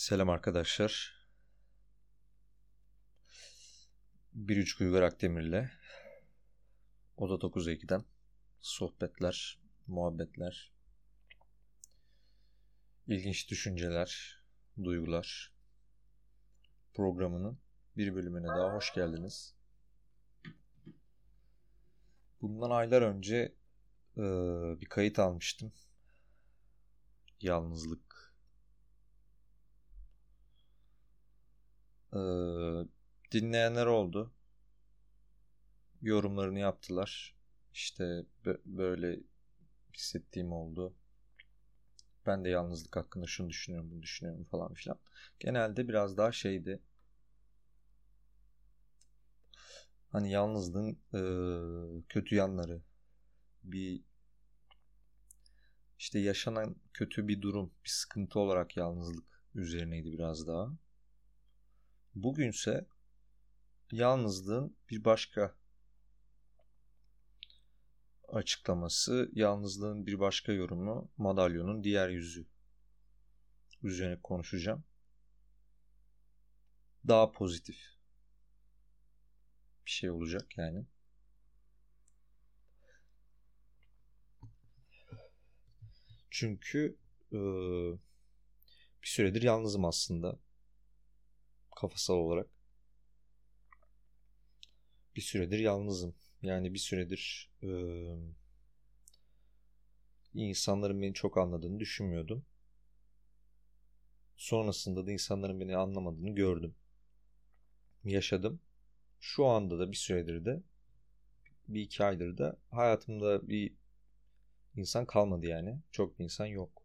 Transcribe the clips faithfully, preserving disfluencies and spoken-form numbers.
Selam arkadaşlar. Bir üç Uygar Akdemir'le Oda dokuz ikiden sohbetler, muhabbetler, ilginç düşünceler, duygular programının bir bölümüne daha hoş geldiniz. Bundan aylar önce e, bir kayıt almıştım. Yalnızlık. E, dinleyenler oldu. Yorumlarını yaptılar. İşte böyle hissettiğim oldu. Ben de yalnızlık hakkında şunu düşünüyorum, bunu düşünüyorum falan filan. Genelde biraz daha şeydi. Hani yalnızlığın e, kötü yanları. Bir işte yaşanan kötü bir durum, bir sıkıntı olarak yalnızlık üzerineydi biraz daha. Bugünse yalnızlığın bir başka açıklaması, yalnızlığın bir başka yorumu, madalyonun diğer yüzü üzerine konuşacağım. Daha pozitif bir şey olacak yani. Çünkü e, bir süredir yalnızım aslında. Kafasal olarak. Bir süredir yalnızım. Yani bir süredir e, insanların beni çok anladığını düşünmüyordum. Sonrasında da insanların beni anlamadığını gördüm. Yaşadım. Şu anda da bir süredir de bir iki aydır da hayatımda bir insan kalmadı yani. Çok bir insan yok.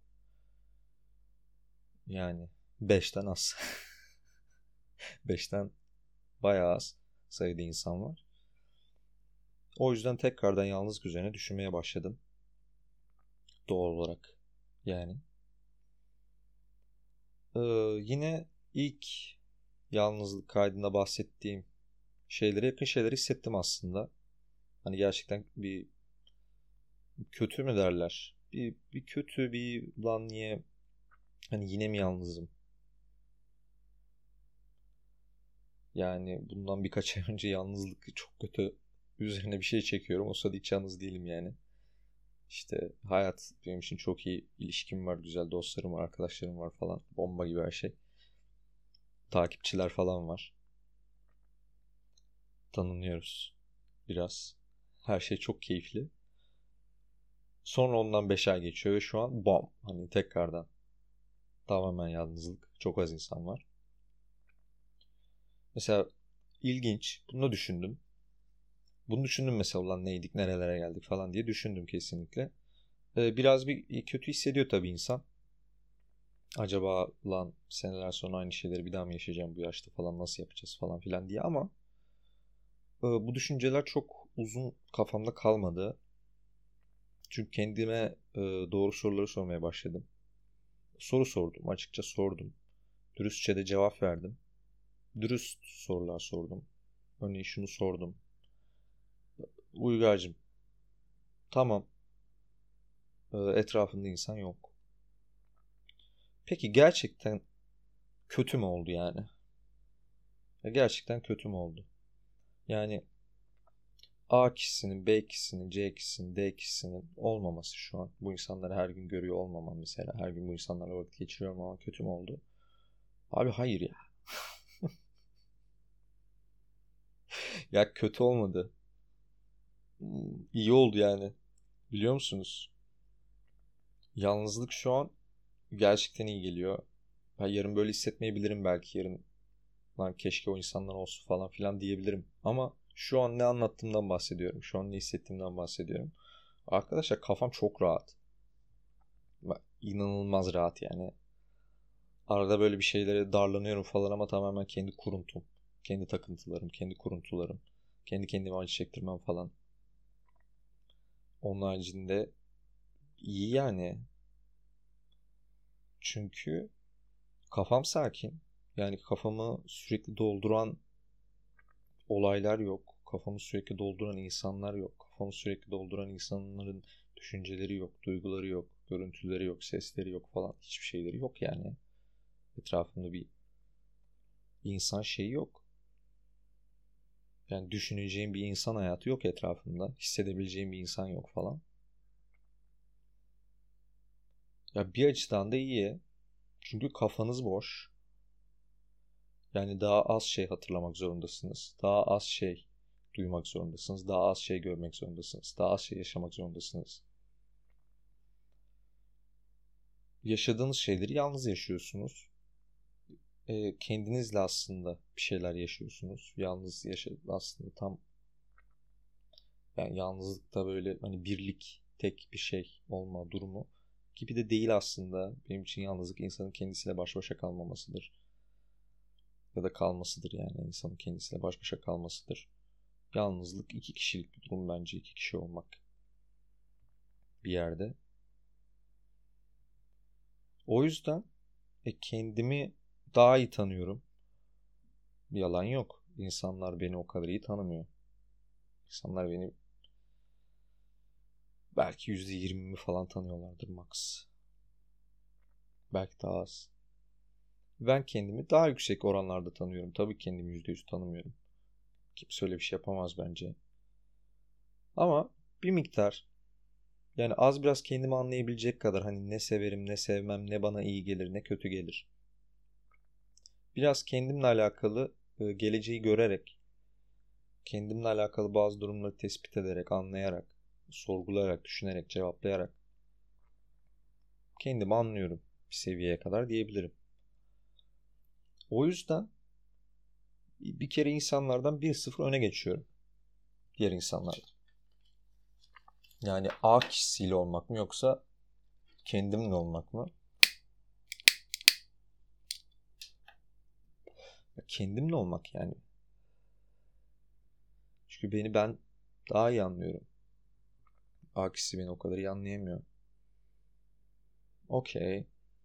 Yani beşten az. Beşten bayağı az sayıda insan var. O yüzden tekrardan yalnızlık üzerine düşünmeye başladım. Doğal olarak yani. Ee, yine ilk yalnızlık kaydında bahsettiğim şeylere yakın şeyler hissettim aslında. Hani gerçekten bir kötü mü derler? Bir, bir kötü bir lan niye hani yine mi yalnızım? Yani bundan birkaç ay önce yalnızlık çok kötü üzerine bir şey çekiyorum. O sırada hiç yalnız değilim yani. İşte hayat benim için çok iyi. İlişkim var, güzel dostlarım var, arkadaşlarım var falan. Bomba gibi her şey. Takipçiler falan var. Tanınıyoruz biraz. Her şey çok keyifli. Sonra ondan beş ay geçiyor ve şu an bam. Hani tekrardan tamamen yalnızlık. Çok az insan var. Mesela ilginç. Bunu da düşündüm. Bunu düşündüm mesela ulan neydik, nerelere geldik falan diye düşündüm kesinlikle. Ee, biraz bir kötü hissediyor tabii insan. Acaba lan seneler sonra aynı şeyleri bir daha mı yaşayacağım bu yaşta falan nasıl yapacağız falan filan diye ama e, bu düşünceler çok uzun kafamda kalmadı. Çünkü kendime e, doğru soruları sormaya başladım. Soru sordum, açıkça sordum. Dürüstçe de cevap verdim. Dürüst sorular sordum. Örneğin şunu sordum. Uygar'cığım, tamam, e, etrafında insan yok. Peki gerçekten kötü mü oldu yani? Ya gerçekten kötü mü oldu? Yani A kişisinin, B kişisinin, C kişisinin, D kişisinin olmaması şu an. Bu insanları her gün görüyor olmamam mesela. Her gün bu insanlarla vakit geçiriyorum ama kötü mü oldu? Abi hayır ya. Ya kötü olmadı. Hmm, İyi oldu yani. Biliyor musunuz? Yalnızlık şu an gerçekten iyi geliyor. Ha, yarın böyle hissetmeyebilirim belki. Yarın lan keşke o insanlar olsun falan filan diyebilirim. Ama şu an ne anlattığımdan bahsediyorum. Şu an ne hissettiğimden bahsediyorum. Arkadaşlar kafam çok rahat. İnanılmaz rahat yani. Arada böyle bir şeylere darlanıyorum falan ama tamamen kendi kuruntum. Kendi takıntılarım, kendi kuruntularım. Kendi kendime acı çektirmem falan. Onun haricinde iyi yani. Çünkü kafam sakin. Yani kafamı sürekli dolduran olaylar yok. Kafamı sürekli dolduran insanlar yok. Kafamı sürekli dolduran insanların düşünceleri yok, duyguları yok, görüntüleri yok, sesleri yok falan. Hiçbir şeyleri yok yani. Etrafımda bir insan şeyi yok. Yani düşüneceğim bir insan hayatı yok etrafımda. Hissedebileceğim bir insan yok falan. Ya bir açıdan da iyi. Çünkü kafanız boş. Yani daha az şey hatırlamak zorundasınız. Daha az şey duymak zorundasınız. Daha az şey görmek zorundasınız. Daha az şey yaşamak zorundasınız. Yaşadığınız şeyleri yalnız yaşıyorsunuz. E, kendinizle aslında bir şeyler yaşıyorsunuz. Yalnız yaşa aslında tam yani yalnızlıkta böyle hani birlik, tek bir şey olma durumu gibi de değil aslında. Benim için yalnızlık insanın kendisiyle baş başa kalmamasıdır. Ya da kalmasıdır yani insanın kendisiyle baş başa kalmasıdır. Yalnızlık iki kişilik bir durum bence, iki kişi olmak bir yerde. O yüzden e, kendimi daha iyi tanıyorum. Yalan yok. İnsanlar beni o kadar iyi tanımıyor. İnsanlar beni belki yüzde yirmi falan tanıyorlardır max. Belki daha az. Ben kendimi daha yüksek oranlarda tanıyorum. Tabii kendimi yüzde yüz tanımıyorum. Kimse öyle bir şey yapamaz bence. Ama bir miktar yani az biraz kendimi anlayabilecek kadar hani ne severim ne sevmem ne bana iyi gelir ne kötü gelir. Biraz kendimle alakalı e, geleceği görerek kendimle alakalı bazı durumları tespit ederek, anlayarak, sorgulayarak, düşünerek, cevaplayarak kendimi anlıyorum bir seviyeye kadar diyebilirim. O yüzden bir kere insanlardan bir sıfır öne geçiyorum. Diğer insanlardan. Yani A kişisiyle olmak mı yoksa kendimle olmak mı? Kendimle olmak yani. Çünkü beni ben daha iyi anlıyorum. A kişisi beni o kadar iyi anlayamıyor. Okey.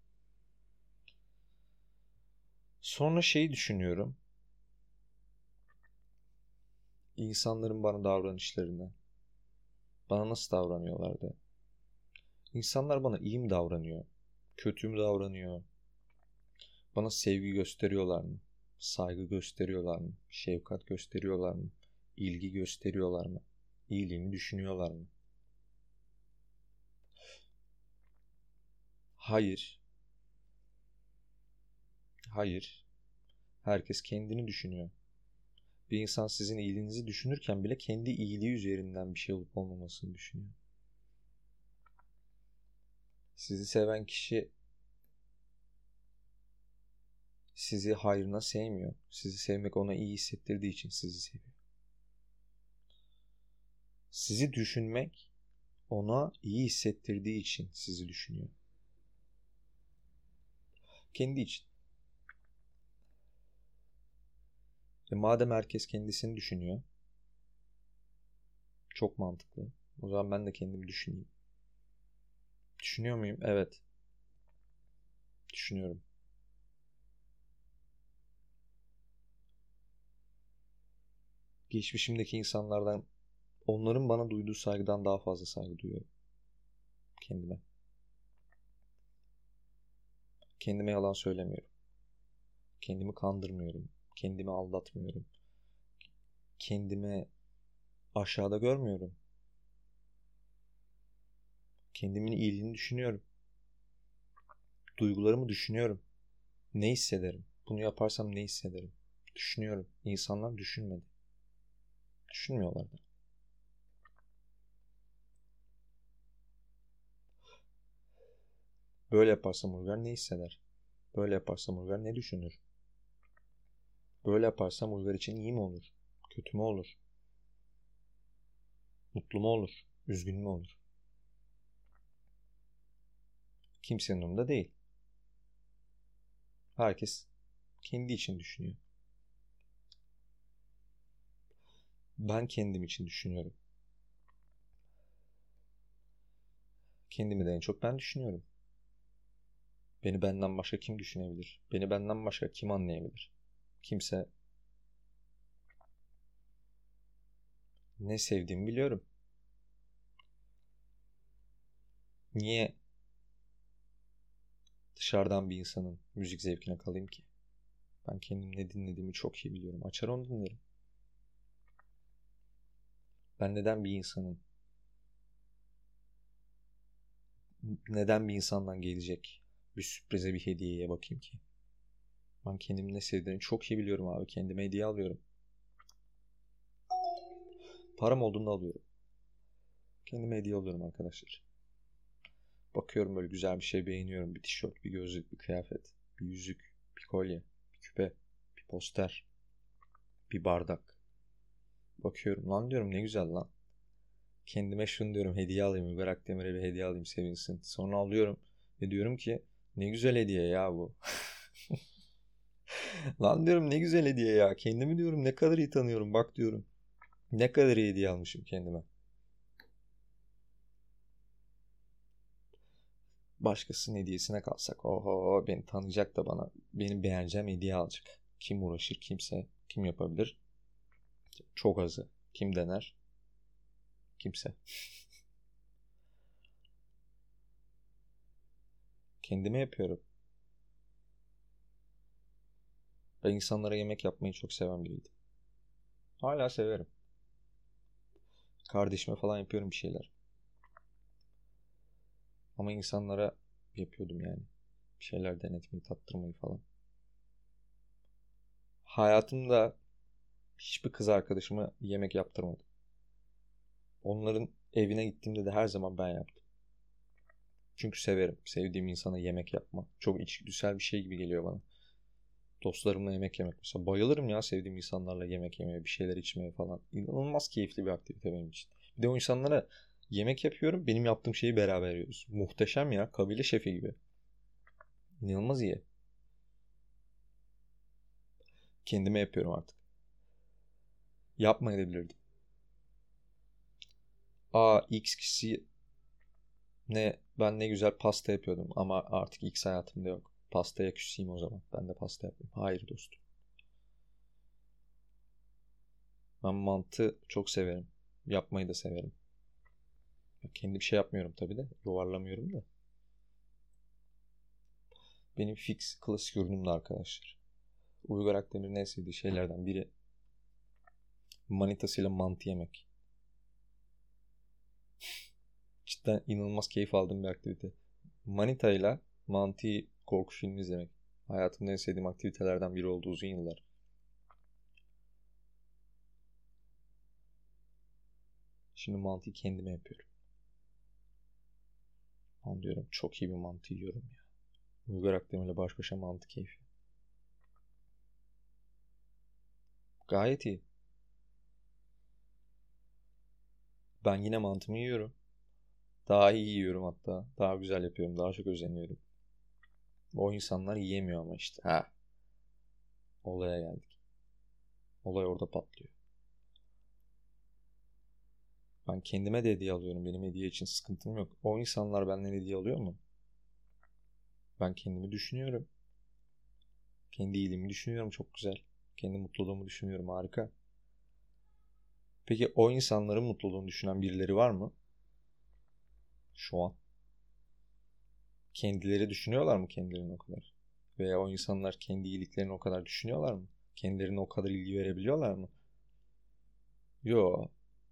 Sonra şeyi düşünüyorum. İnsanların bana davranışlarını. Bana nasıl davranıyorlardı? İnsanlar bana iyi mi davranıyor? Kötü mü davranıyor? Bana sevgi gösteriyorlar mı? Saygı gösteriyorlar mı? Şefkat gösteriyorlar mı? İlgi gösteriyorlar mı? İyiliğimi düşünüyorlar mı? Hayır. Hayır. Herkes kendini düşünüyor. Bir insan sizin iyiliğinizi düşünürken bile kendi iyiliği üzerinden bir şey olup olmamasını düşünüyor. Sizi seven kişi sizi hayrına sevmiyor. Sizi sevmek ona iyi hissettirdiği için sizi seviyor. Sizi düşünmek ona iyi hissettirdiği için sizi düşünüyor. Kendi için. E madem herkes kendisini düşünüyor, çok mantıklı. O zaman ben de kendimi düşüneyim. Düşünüyor muyum? Evet. Düşünüyorum. Geçmişimdeki insanlardan, onların bana duyduğu saygıdan daha fazla saygı duyuyorum kendime. Kendime yalan söylemiyorum. Kendimi kandırmıyorum. Kendimi aldatmıyorum. Kendimi aşağıda görmüyorum. Kendimin iyiliğini düşünüyorum. Duygularımı düşünüyorum. Ne hissederim? Bunu yaparsam ne hissederim? Düşünüyorum. İnsanlar düşünmedi. Düşünmüyorlar da. Böyle yaparsam Uygar ne hisseder? Böyle yaparsam Uygar ne düşünür? Böyle yaparsam Uygar için iyi mi olur? Kötü mü olur? Mutlu mu olur? Üzgün mü olur? Kimsenin umurunda değil. Herkes kendi için düşünüyor. Ben kendim için düşünüyorum. Kendimi de en çok ben düşünüyorum. Beni benden başka kim düşünebilir? Beni benden başka kim anlayabilir? Kimse. Ne sevdiğimi biliyorum. Niye dışarıdan bir insanın müzik zevkine kalayım ki? Ben kendim ne dinlediğimi çok iyi biliyorum. Açar onu dinlerim. Ben neden bir insanın neden bir insandan gelecek bir sürprize, bir hediyeye bakayım ki? Ben kendim ne sevdiğini çok iyi biliyorum abi. Kendime hediye alıyorum. Param olduğunda alıyorum. Kendime hediye alıyorum arkadaşlar. Bakıyorum böyle güzel bir şey beğeniyorum. Bir tişört, bir gözlük, bir kıyafet, bir yüzük, bir kolye, bir küpe, bir poster, bir bardak. Bakıyorum lan diyorum ne güzel lan. Kendime şunu diyorum hediye alayım. Müberrak Demir'e bir hediye alayım sevinsin. Sonra alıyorum ve diyorum ki ne güzel hediye ya bu. Lan diyorum ne güzel hediye ya. Kendimi diyorum ne kadar iyi tanıyorum bak diyorum. Ne kadar iyi hediye almışım kendime. Başkasının hediyesine kalsak oho beni tanıyacak da bana benim beğeneceğim hediye alacak. Kim uğraşır kimse kim yapabilir? Çok azı. Kim dener? Kimse. Kendime yapıyorum. Ben insanlara yemek yapmayı çok seven biriydim. Hala severim. Kardeşime falan yapıyorum bir şeyler. Ama insanlara yapıyordum yani. Bir şeyler denetmeyi, tattırmayı falan. Hayatımda hiçbir kız arkadaşıma yemek yaptırmadım. Onların evine gittiğimde de her zaman ben yaptım. Çünkü severim. Sevdiğim insana yemek yapma. Çok içgüdüsel bir şey gibi geliyor bana. Dostlarımla yemek yemek mesela. Bayılırım ya sevdiğim insanlarla yemek yemeye, bir şeyler içmeye falan. İnanılmaz keyifli bir aktivite benim için. Bir de o insanlara yemek yapıyorum. Benim yaptığım şeyi beraber yiyoruz. Muhteşem ya. Kabile şefi gibi. İnanılmaz iyi. Kendime yapıyorum artık. Yapmayabilirdim. Aa X kişi ne ben ne güzel pasta yapıyordum ama artık X hayatımda yok. Pastaya küseyim o zaman. Ben de pasta yapayım. Hayır dostum. Ben mantı çok severim. Yapmayı da severim. Kendi bir şey yapmıyorum tabii de. Yuvarlamıyorum da. Benim fix klasik ürünüm de arkadaşlar. Uygar Akdemir'in en sevdiği şeylerden biri manitasıyla mantı yemek. Cidden inanılmaz keyif aldığım bir aktivite. Manitayla mantıyı korku filmi izlemek. Hayatımda en sevdiğim aktivitelerden biri oldu uzun yıllar. Şimdi mantıyı kendime yapıyorum. Anlıyorum. Çok iyi bir mantı yiyorum ya. Uygar Akdemir'le baş başa mantı keyfi. Gayet iyi. Ben yine mantımı yiyorum. Daha iyi yiyorum hatta. Daha güzel yapıyorum. Daha çok özeniyorum. O insanlar yiyemiyor ama işte. Ha, olaya geldik. Olay orada patlıyor. Ben kendime de hediye alıyorum. Benim hediye için sıkıntım yok. O insanlar benden hediye alıyor mu? Ben kendimi düşünüyorum. Kendi iyiliğimi düşünüyorum. Çok güzel. Kendi mutluluğumu düşünüyorum. Harika. Peki o insanların mutluluğunu düşünen birileri var mı? Şu an. Kendileri düşünüyorlar mı kendilerini o kadar? Veya o insanlar kendi iyiliklerini o kadar düşünüyorlar mı? Kendilerine o kadar ilgi verebiliyorlar mı? Yo.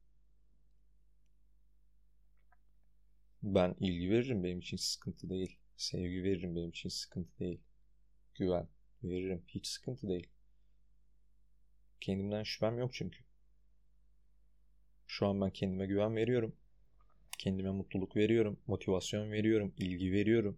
Ben ilgi veririm. Benim için sıkıntı değil. Sevgi veririm. Benim için sıkıntı değil. Güven veririm. Hiç sıkıntı değil. Kendimden şüphem yok çünkü. Şu an ben kendime güven veriyorum. Kendime mutluluk veriyorum. Motivasyon veriyorum. İlgi veriyorum.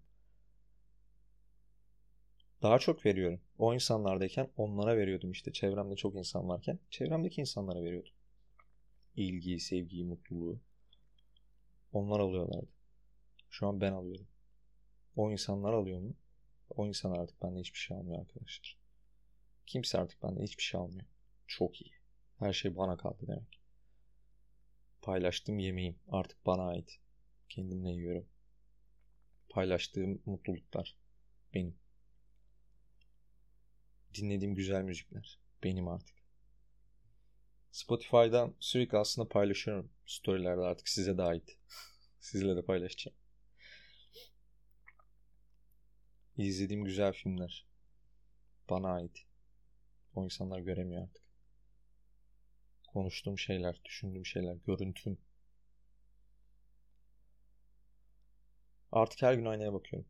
Daha çok veriyorum. O insanlardayken onlara veriyordum işte. Çevremde çok insan varken çevremdeki insanlara veriyordum. İlgiyi, sevgiyi, mutluluğu. Onlar alıyorlardı. Şu an ben alıyorum. O insanlar alıyor mu? O insanlar artık benden hiçbir şey almıyor arkadaşlar. Kimse artık benden hiçbir şey almıyor. Çok iyi. Her şey bana kaldı demek. Paylaştığım yemeğim artık bana ait. Kendimle yiyorum. Paylaştığım mutluluklar benim. Dinlediğim güzel müzikler benim artık. Spotify'dan sürekli aslında paylaşıyorum. Storylerde artık size de ait. Sizle de paylaşacağım. İzlediğim güzel filmler. Bana ait. O insanlar göremiyor artık. Konuştuğum şeyler, düşündüğüm şeyler, görüntüm. Artık her gün aynaya bakıyorum.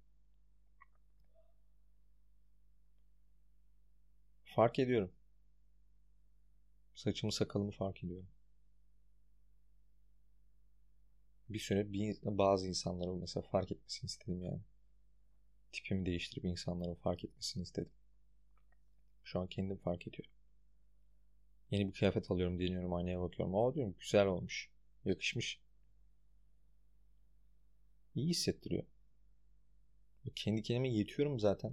Fark ediyorum. Saçımı sakalımı fark ediyorum. Bir süre bir, bazı insanların mesela fark etmesini istedim yani. Tipimi değiştirip insanların fark etmesini istedim. Şu an kendim fark ediyorum. Yeni bir kıyafet alıyorum, deniyorum, aynaya bakıyorum. Aa diyorum, güzel olmuş. Yakışmış. İyi hissettiriyor. Kendi kendime yetiyorum zaten.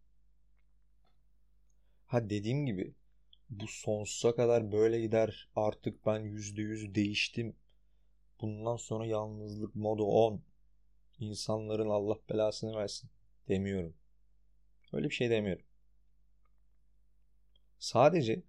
Ha dediğim gibi bu sonsuza kadar böyle gider. Artık ben yüzde yüz değiştim. Bundan sonra yalnızlık modu on. İnsanların Allah belasını versin demiyorum. Öyle bir şey demiyorum. Sadece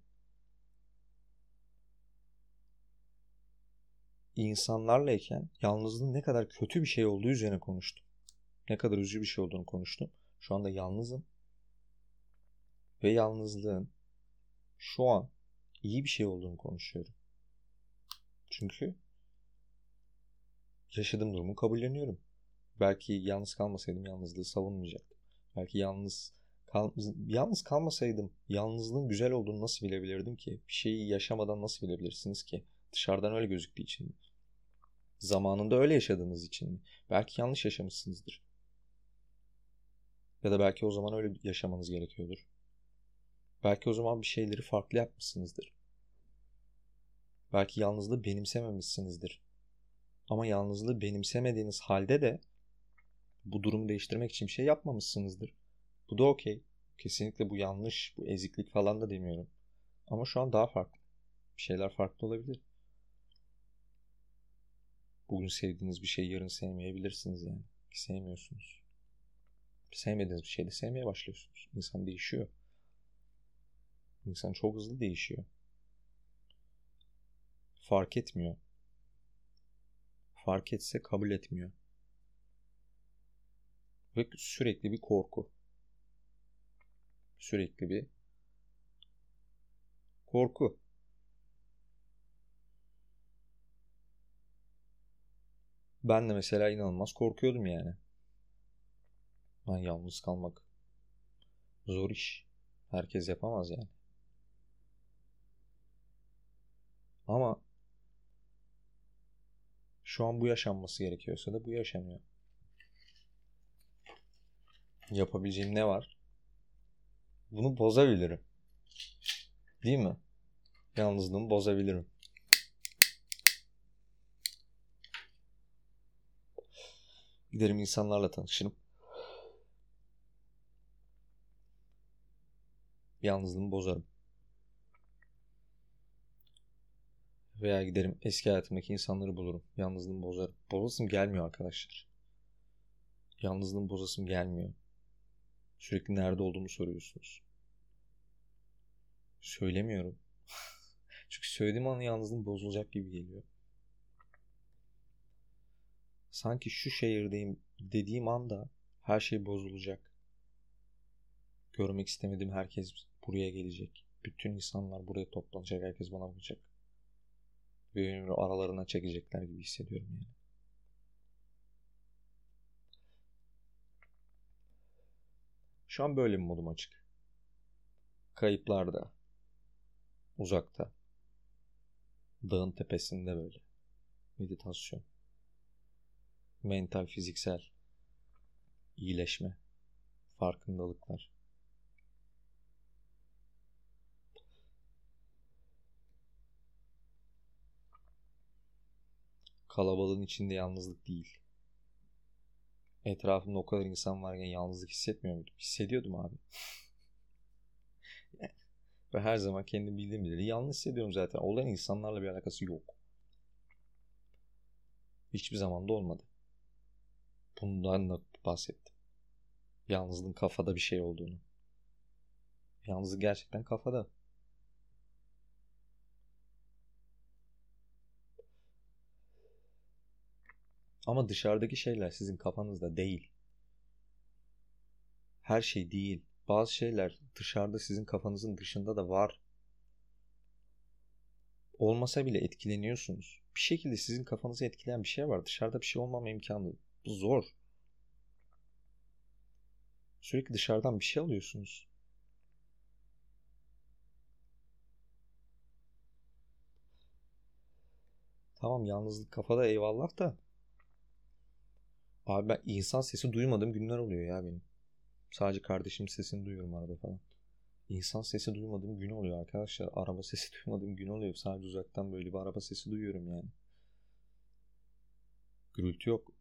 insanlarlayken yalnızlığın ne kadar kötü bir şey olduğu üzerine konuştum. Ne kadar üzücü bir şey olduğunu konuştum. Şu anda yalnızım. Ve yalnızlığın şu an iyi bir şey olduğunu konuşuyorum. Çünkü yaşadığım durumu kabulleniyorum. Belki yalnız kalmasaydım yalnızlığı savunmayacaktım. Belki yalnız kal yalnız kalmasaydım yalnızlığın güzel olduğunu nasıl bilebilirdim ki? Bir şeyi yaşamadan nasıl bilebilirsiniz ki? Dışarıdan öyle gözüktüğü için mi? Zamanında öyle yaşadığınız için mi? Belki yanlış yaşamışsınızdır. Ya da belki o zaman öyle yaşamanız gerekiyordur. Belki o zaman bir şeyleri farklı yapmışsınızdır. Belki yalnızlığı benimsememişsinizdir. Ama yalnızlığı benimsemediğiniz halde de bu durumu değiştirmek için bir şey yapmamışsınızdır. Bu da okey. Kesinlikle bu yanlış, bu eziklik falan da demiyorum. Ama şu an daha farklı. Bir şeyler farklı olabilir. Bugün sevdiğiniz bir şeyi yarın sevmeyebilirsiniz yani. Sevmiyorsunuz. Sevmediğiniz bir şeyi de sevmeye başlıyorsunuz. İnsan değişiyor. İnsan çok hızlı değişiyor. Fark etmiyor. Fark etse kabul etmiyor. Ve sürekli bir korku. Sürekli bir korku. Ben de mesela inanılmaz korkuyordum yani. Ben yalnız kalmak zor iş. Herkes yapamaz yani. Ama şu an bu yaşanması gerekiyorsa da bu yaşanıyor. Yapabileceğim ne var? Bunu bozabilirim. Değil mi? Yalnızlığımı bozabilirim. Giderim insanlarla tanışırım. Yalnızlığımı bozarım. Veya giderim eski hayatımdaki insanları bulurum. Yalnızlığımı bozarım. Bozasım gelmiyor arkadaşlar. Yalnızlığımı bozasım gelmiyor. Sürekli nerede olduğumu soruyorsunuz. Söylemiyorum. Çünkü söylediğim an yalnızlığım bozulacak gibi geliyor. Sanki şu şehirdeyim dediğim anda her şey bozulacak. Görmek istemediğim herkes buraya gelecek. Bütün insanlar buraya toplanacak. Herkes bana bakacak. Ve beni aralarına çekecekler gibi hissediyorum yani. Şu an böyle bir modum açık. Kayıplarda. Uzakta. Dağın tepesinde böyle. Meditasyon. Mental, fiziksel. iyileşme. Farkındalıklar. Kalabalığın içinde yalnızlık değil. Etrafımda o kadar insan varken yalnızlık hissetmiyor muydum? Hissediyordum abi. Ve her zaman kendim bildiğim bileli yalnız hissediyorum zaten. Olan insanlarla bir alakası yok. Hiçbir zaman da olmadı. Bundan da bahsettim. Yalnızlığın kafada bir şey olduğunu. Yalnızlık gerçekten kafada. Ama dışarıdaki şeyler sizin kafanızda değil. Her şey değil. Bazı şeyler dışarıda, sizin kafanızın dışında da var. Olmasa bile etkileniyorsunuz. Bir şekilde sizin kafanızı etkileyen bir şey var. Dışarıda bir şey olmama imkanı bu zor. Sürekli dışarıdan bir şey alıyorsunuz. Tamam, yalnızlık kafada eyvallah da. Abi ben insan sesi duymadığım günler oluyor ya benim. Sadece kardeşim sesini duyuyorum arada falan. İnsan sesi duymadığım gün oluyor arkadaşlar. Araba sesi duymadığım gün oluyor. Sadece uzaktan böyle bir araba sesi duyuyorum yani. Gürültü yok.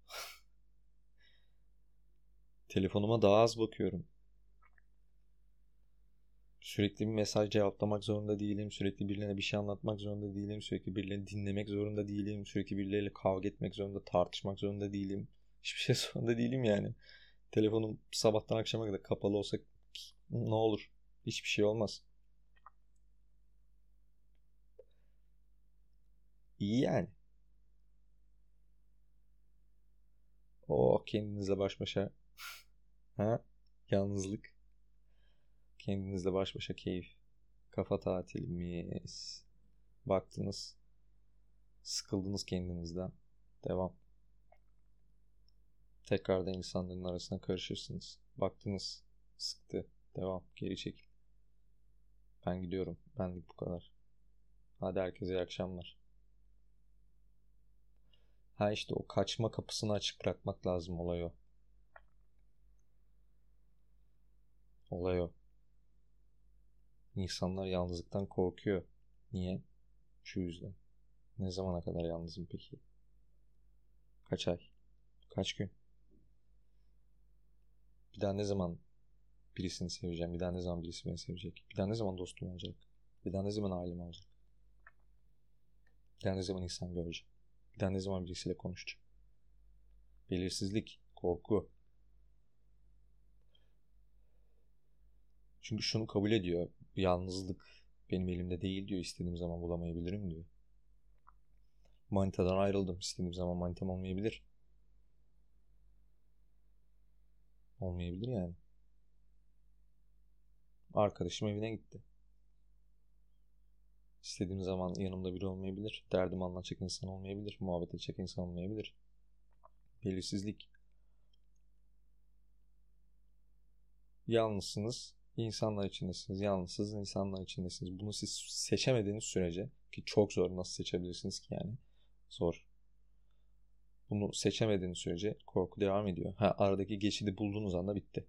Telefonuma daha az bakıyorum. Sürekli bir mesaj cevaplamak zorunda değilim. Sürekli birilerine bir şey anlatmak zorunda değilim. Sürekli birilerini dinlemek zorunda değilim. Sürekli birileriyle kavga etmek zorunda, tartışmak zorunda değilim. Hiçbir şey zorunda değilim yani. Telefonum sabahtan akşama kadar kapalı olsa ne olur? Hiçbir şey olmaz. İyi yani. O kendinizle baş başa. Ha? Yalnızlık. Kendinizle baş başa keyif. Kafa tatilimiz. Baktınız. Sıkıldınız kendinizden. Devam. Tekrardan insanların arasına karışırsınız. Baktınız. Sıktı. Devam. Geri çekil. Ben gidiyorum. Benlik bu kadar. Hadi herkese iyi akşamlar. Ha işte o kaçma kapısını açık bırakmak lazım, olay o. Olay o. İnsanlar yalnızlıktan korkuyor. Niye? Şu yüzden. Ne zamana kadar yalnızım peki? Kaç ay? Kaç gün? Bir daha ne zaman birisini seveceğim? Bir daha ne zaman birisi beni sevecek? Bir daha ne zaman dostum olacak? Bir daha ne zaman ailem olacak? Bir daha ne zaman insan göreceğim? Bir daha ne zaman birisiyle konuşacağım? Belirsizlik, korku. Çünkü şunu kabul ediyor. Yalnızlık benim elimde değil diyor. İstediğim zaman bulamayabilirim diyor. Manitadan ayrıldım. İstediğim zaman manitam olmayabilir. Olmayabilir yani. Arkadaşım evine gitti. İstediğim zaman yanımda biri olmayabilir. Derdimi anlatacak insan olmayabilir. Muhabbet edecek insan olmayabilir. Belirsizlik. Yalnızsınız. İnsanlar içindesiniz. Yalnızsınız. İnsanlar içindesiniz. Bunu siz seçemediğiniz sürece, ki çok zor, nasıl seçebilirsiniz ki yani? Zor. Bunu seçemediğiniz sürece korku devam ediyor. Ha, aradaki geçidi bulduğunuz anda bitti.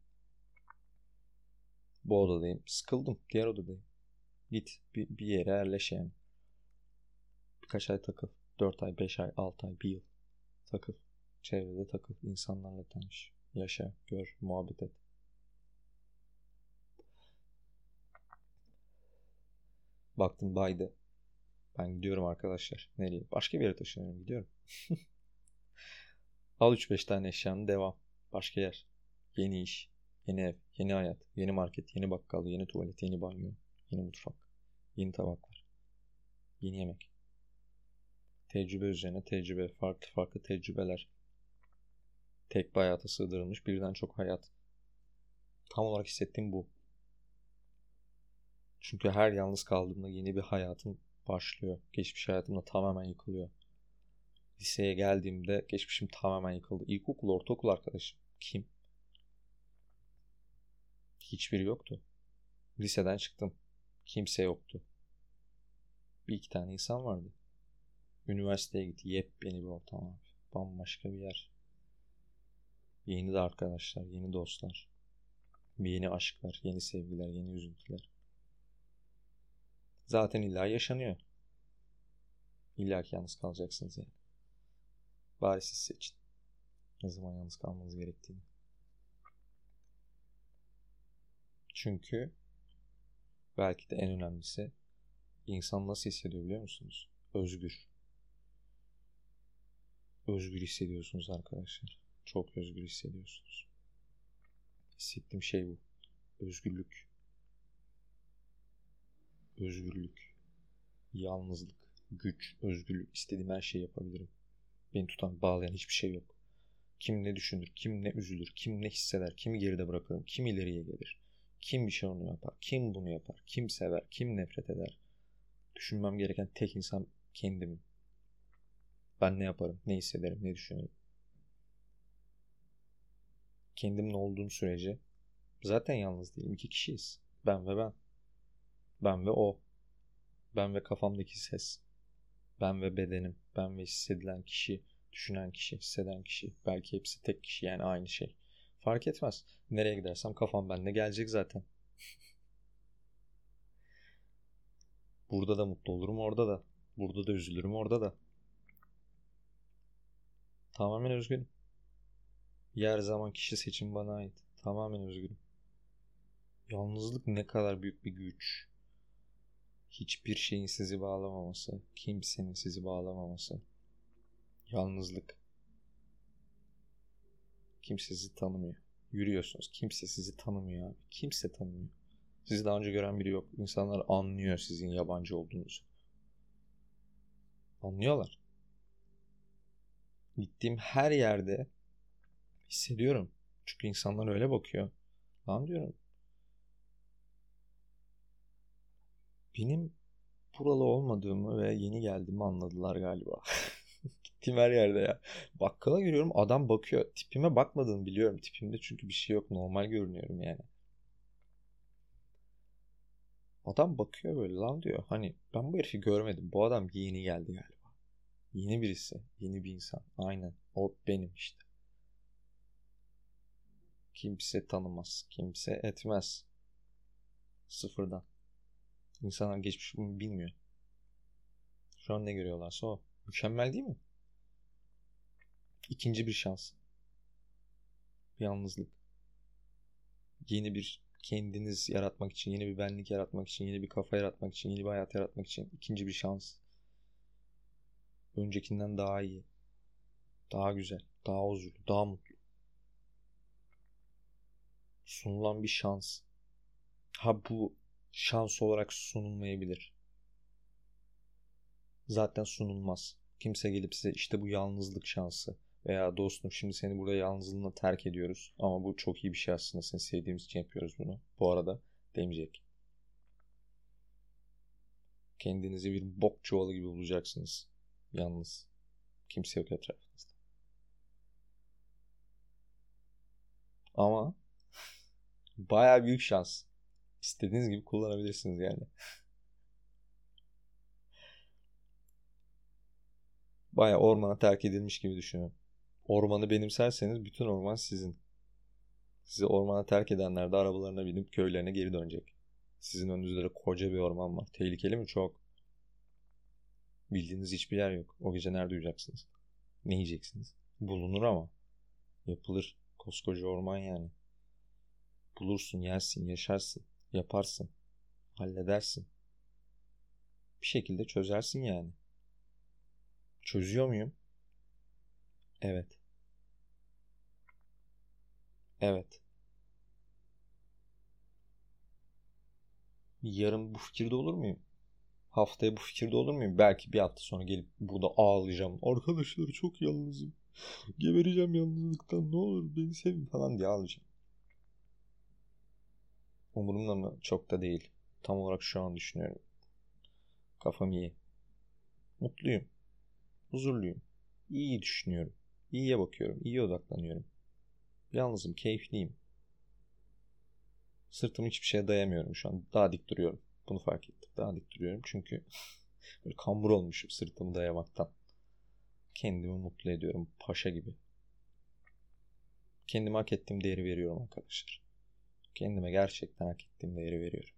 Bu odadayım. Sıkıldım. Diğer odadayım. Git bir, bir yere yerleş yani. Birkaç ay takıl. Dört ay, beş ay, altı ay, bir yıl. Takıl. Çevrede takıl. İnsanlarla tanış. Yaşa, gör, muhabbet et. Baktım baydı. Ben gidiyorum arkadaşlar. Nereye? Başka bir yere taşınıyorum. Gidiyorum. Al üç beş tane eşyanı, devam. Başka yer. Yeni iş. Yeni ev. Yeni hayat. Yeni market. Yeni bakkal. Yeni tuvalet. Yeni banyo. Yeni mutfak. Yeni tabaklar. Yeni yemek. Tecrübe üzerine tecrübe. Farklı farklı tecrübeler. Tek bir hayata sığdırılmış birden çok hayat. Tam olarak hissettiğim bu. Çünkü her yalnız kaldığımda yeni bir hayatım başlıyor. Geçmiş hayatım da tamamen yıkılıyor. Liseye geldiğimde geçmişim tamamen yıkıldı. İlkokul, ortaokul arkadaşım kim? Hiçbiri yoktu. Liseden çıktım. Kimse yoktu. Bir iki tane insan vardı. Üniversiteye gitti. Yepyeni bir ortam abi. Bambaşka bir yer. Yeni de arkadaşlar, yeni dostlar. Yeni aşklar, yeni sevgiler, yeni üzüntüler. Zaten illa yaşanıyor. İlla ki yalnız kalacaksınız yani. Bari siz seçin. Ne zaman yalnız kalmanız gerektiğini. Çünkü belki de en önemlisi, insan nasıl hissediyor biliyor musunuz? Özgür. Özgür hissediyorsunuz arkadaşlar. Çok özgür hissediyorsunuz. Hissettiğim şey bu. Özgürlük. Özgürlük. Yalnızlık. Güç. Özgürlük. İstediğim her şeyi yapabilirim. Beni tutan, bağlayan hiçbir şey yok. Kim ne düşünür, kim ne üzülür, kim ne hisseder, kimi geride bırakırım, kim ileriye gelir, kim bir şey onu yapar, kim bunu yapar, kim sever, kim nefret eder. Düşünmem gereken tek insan kendimim. Ben ne yaparım, ne hissederim, ne düşünürüm. Kendimle olduğum sürece zaten yalnız değilim. İki kişiyiz. Ben ve ben. Ben ve o. Ben ve kafamdaki ses. Ben ve bedenim. Ben ve hissedilen kişi. Düşünen kişi, hisseden kişi. Belki hepsi tek kişi, yani aynı şey. Fark etmez. Nereye gidersem kafam benimle gelecek zaten. Burada da mutlu olurum, orada da. Burada da üzülürüm, orada da. Tamamen özgürüm. Yer, zaman, kişi seçim bana ait. Tamamen özgürüm. Yalnızlık ne kadar büyük bir güç. Hiçbir şeyin sizi bağlamaması, kimsenin sizi bağlamaması. Yalnızlık. Kimse sizi tanımıyor. Yürüyorsunuz. Kimse sizi tanımıyor abi. Kimse tanımıyor. Sizi daha önce gören biri yok. İnsanlar anlıyor sizin yabancı olduğunuzu. Anlıyorlar. Gittiğim her yerde hissediyorum. Çünkü insanlar öyle bakıyor. Lan diyorum. Benim buralı olmadığımı ve yeni geldiğimi anladılar galiba. Gittiğim her yerde ya. Bakkala giriyorum, adam bakıyor. Tipime bakmadığını biliyorum. Tipimde çünkü bir şey yok. Normal görünüyorum yani. Adam bakıyor böyle, lan diyor. Hani ben bu herifi görmedim. Bu adam yeni geldi galiba. Yeni birisi. Yeni bir insan. Aynen. O benim işte. Kimse tanımaz. Kimse etmez. Sıfırdan. İnsanlar geçmiş bunu bilmiyor. Şu an ne görüyorlarsa o. Mükemmel değil mi? İkinci bir şans. Yalnızlık. Yeni bir kendiniz yaratmak için, yeni bir benlik yaratmak için, yeni bir kafa yaratmak için, yeni bir hayat yaratmak için ikinci bir şans. Öncekinden daha iyi, daha güzel, daha huzurlu, daha mutlu. Sunulan bir şans. Ha, bu şans olarak sunulmayabilir. Zaten sunulmaz. Kimse gelip size işte bu yalnızlık şansı veya dostum şimdi seni burada yalnızlığına terk ediyoruz ama bu çok iyi bir şey aslında, seni sevdiğimiz için yapıyoruz bunu. Bu arada demeyecek. Kendinizi bir bok çuvalı gibi bulacaksınız. Yalnız. Kimse yok etrafınızda. Ama baya büyük şans. İstediğiniz gibi kullanabilirsiniz yani. Baya ormana terk edilmiş gibi düşünün. Ormanı benimserseniz bütün orman sizin. Sizi ormana terk edenler de arabalarına binip köylerine geri dönecek. Sizin önünüzde de koca bir orman var. Tehlikeli mi? Çok. Bildiğiniz hiçbir yer yok. O gece nerede uyuyacaksınız? Ne yiyeceksiniz? Bulunur ama. Yapılır. Koskoca orman yani. Bulursun, yersin, yaşarsın, yaparsın, halledersin. Bir şekilde çözersin yani. Çözüyor muyum? Evet. Evet. Yarın bu fikirde olur muyum? Haftaya bu fikirde olur muyum? Belki bir hafta sonra gelip burada ağlayacağım. Arkadaşlar çok yalnızım. Gebereceğim yalnızlıktan. Ne olur beni sevin falan diye ağlayacağım. Umurumda mı? Çok da değil. Tam olarak şu an düşünüyorum. Kafam iyi. Mutluyum. Huzurluyum. İyi düşünüyorum. İyiye bakıyorum. İyi odaklanıyorum. Yalnızım. Keyifliyim. Sırtımı hiçbir şeye dayamıyorum şu an. Daha dik duruyorum. Bunu fark ettim. Daha dik duruyorum çünkü böyle kambur olmuşum sırtımı dayamaktan. Kendimi mutlu ediyorum. Paşa gibi. Kendime hak ettiğim değeri veriyorum arkadaşlar. Kendime gerçekten hak ettiğim değeri veriyorum.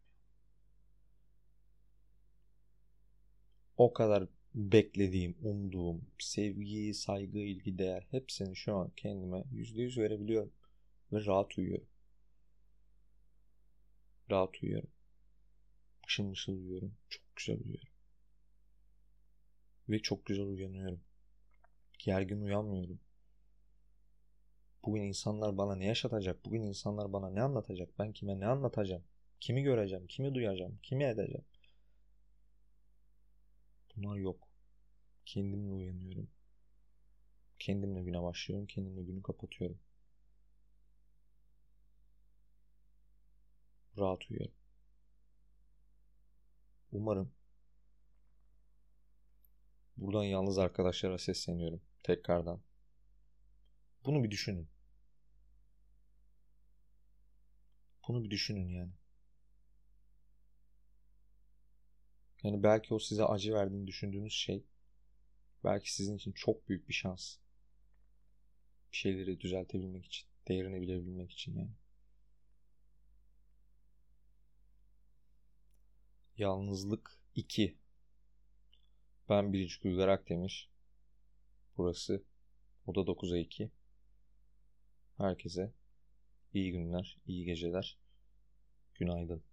O kadar beklediğim, umduğum sevgi, saygı, ilgi, değer hepsini şu an kendime yüzde yüz verebiliyorum. Ve rahat uyuyorum. Rahat uyuyorum. Mışıl mışıl uyuyorum. Çok güzel uyuyorum. Ve çok güzel uyanıyorum. Gergin uyanmıyorum. Bugün insanlar bana ne yaşatacak? Bugün insanlar bana ne anlatacak? Ben kime ne anlatacağım? Kimi göreceğim? Kimi duyacağım? Kimi edeceğim? Bunlar yok. Kendimle uyanıyorum. Kendimle güne başlıyorum. Kendimle günü kapatıyorum. Rahat uyuyorum. Umarım buradan yalnız arkadaşlara sesleniyorum tekrardan. Bunu bir düşünün. Bunu bir düşünün yani. Yani belki o size acı verdiğini düşündüğünüz şey belki sizin için çok büyük bir şans. Bir şeyleri düzeltebilmek için, değerini bilebilmek için yani. Yalnızlık iki. Ben Biricik Uygar Akdemir. Burası Oda dokuza iki. Herkese iyi günler, iyi geceler. Günaydın.